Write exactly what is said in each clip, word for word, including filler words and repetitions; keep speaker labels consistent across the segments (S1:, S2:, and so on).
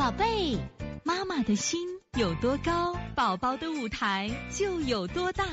S1: 宝贝，妈妈的心有多高，宝宝的舞台就有多大。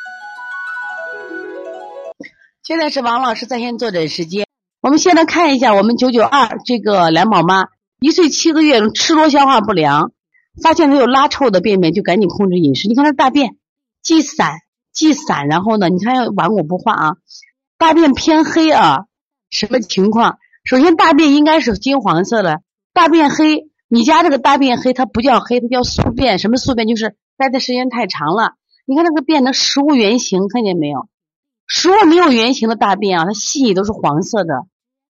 S2: 现在是王老师在线坐诊时间，我们先来看一下我们九九二这个两宝妈，一岁七个月，吃多消化不良，发现她有拉臭的便便，就赶紧控制饮食。你看她大便既散既散，然后呢，你看要顽固不化啊，大便偏黑啊，什么情况？首先大便应该是金黄色的，大便黑，你家这个大便黑，它不叫黑，它叫宿便。什么宿便？就是待的时间太长了。你看那个便的食物原形，看见没有？食物没有原形的大便啊，它细腻都是黄色的。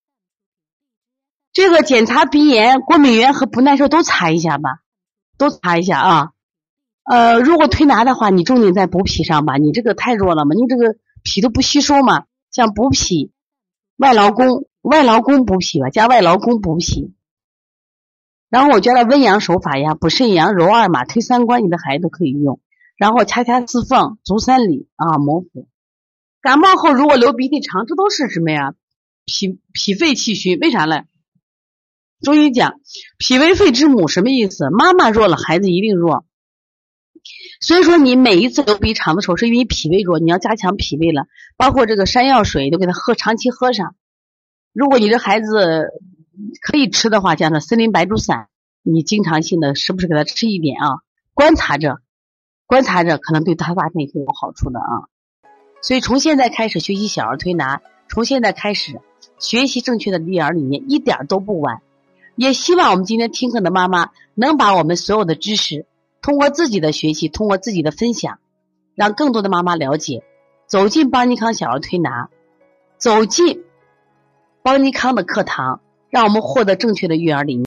S2: 这个检查鼻炎、过敏原和不耐受都查一下吧，都查一下啊。呃，如果推拿的话，你重点在补脾上吧，你这个太弱了嘛，你这个脾都不吸收嘛，像补脾、外劳宫、外劳宫补脾吧，加外劳宫补脾。然后我觉得温阳手法呀，补肾阳、揉二马、推三关，你的孩子都可以用。然后掐掐四缝、足三里啊，摩腹。感冒后如果流鼻涕长，这都是什么呀？脾脾肺气虚，为啥呢？中医讲脾为肺之母，什么意思？妈妈弱了，孩子一定弱。所以说你每一次流鼻长的时候，是因为脾胃弱，你要加强脾胃了，包括这个山药水都给他喝，长期喝上。如果你这孩子可以吃的话，像这森林白术散，你经常性的时不时给他吃一点啊，观察着观察着，可能对他大便会有好处的啊。所以从现在开始学习小儿推拿，从现在开始学习正确的育儿理念，一点都不晚。也希望我们今天听课的妈妈能把我们所有的知识通过自己的学习，通过自己的分享，让更多的妈妈了解，走进邦尼康小儿推拿，走进邦尼康的课堂，让我们获得正确的育儿理念。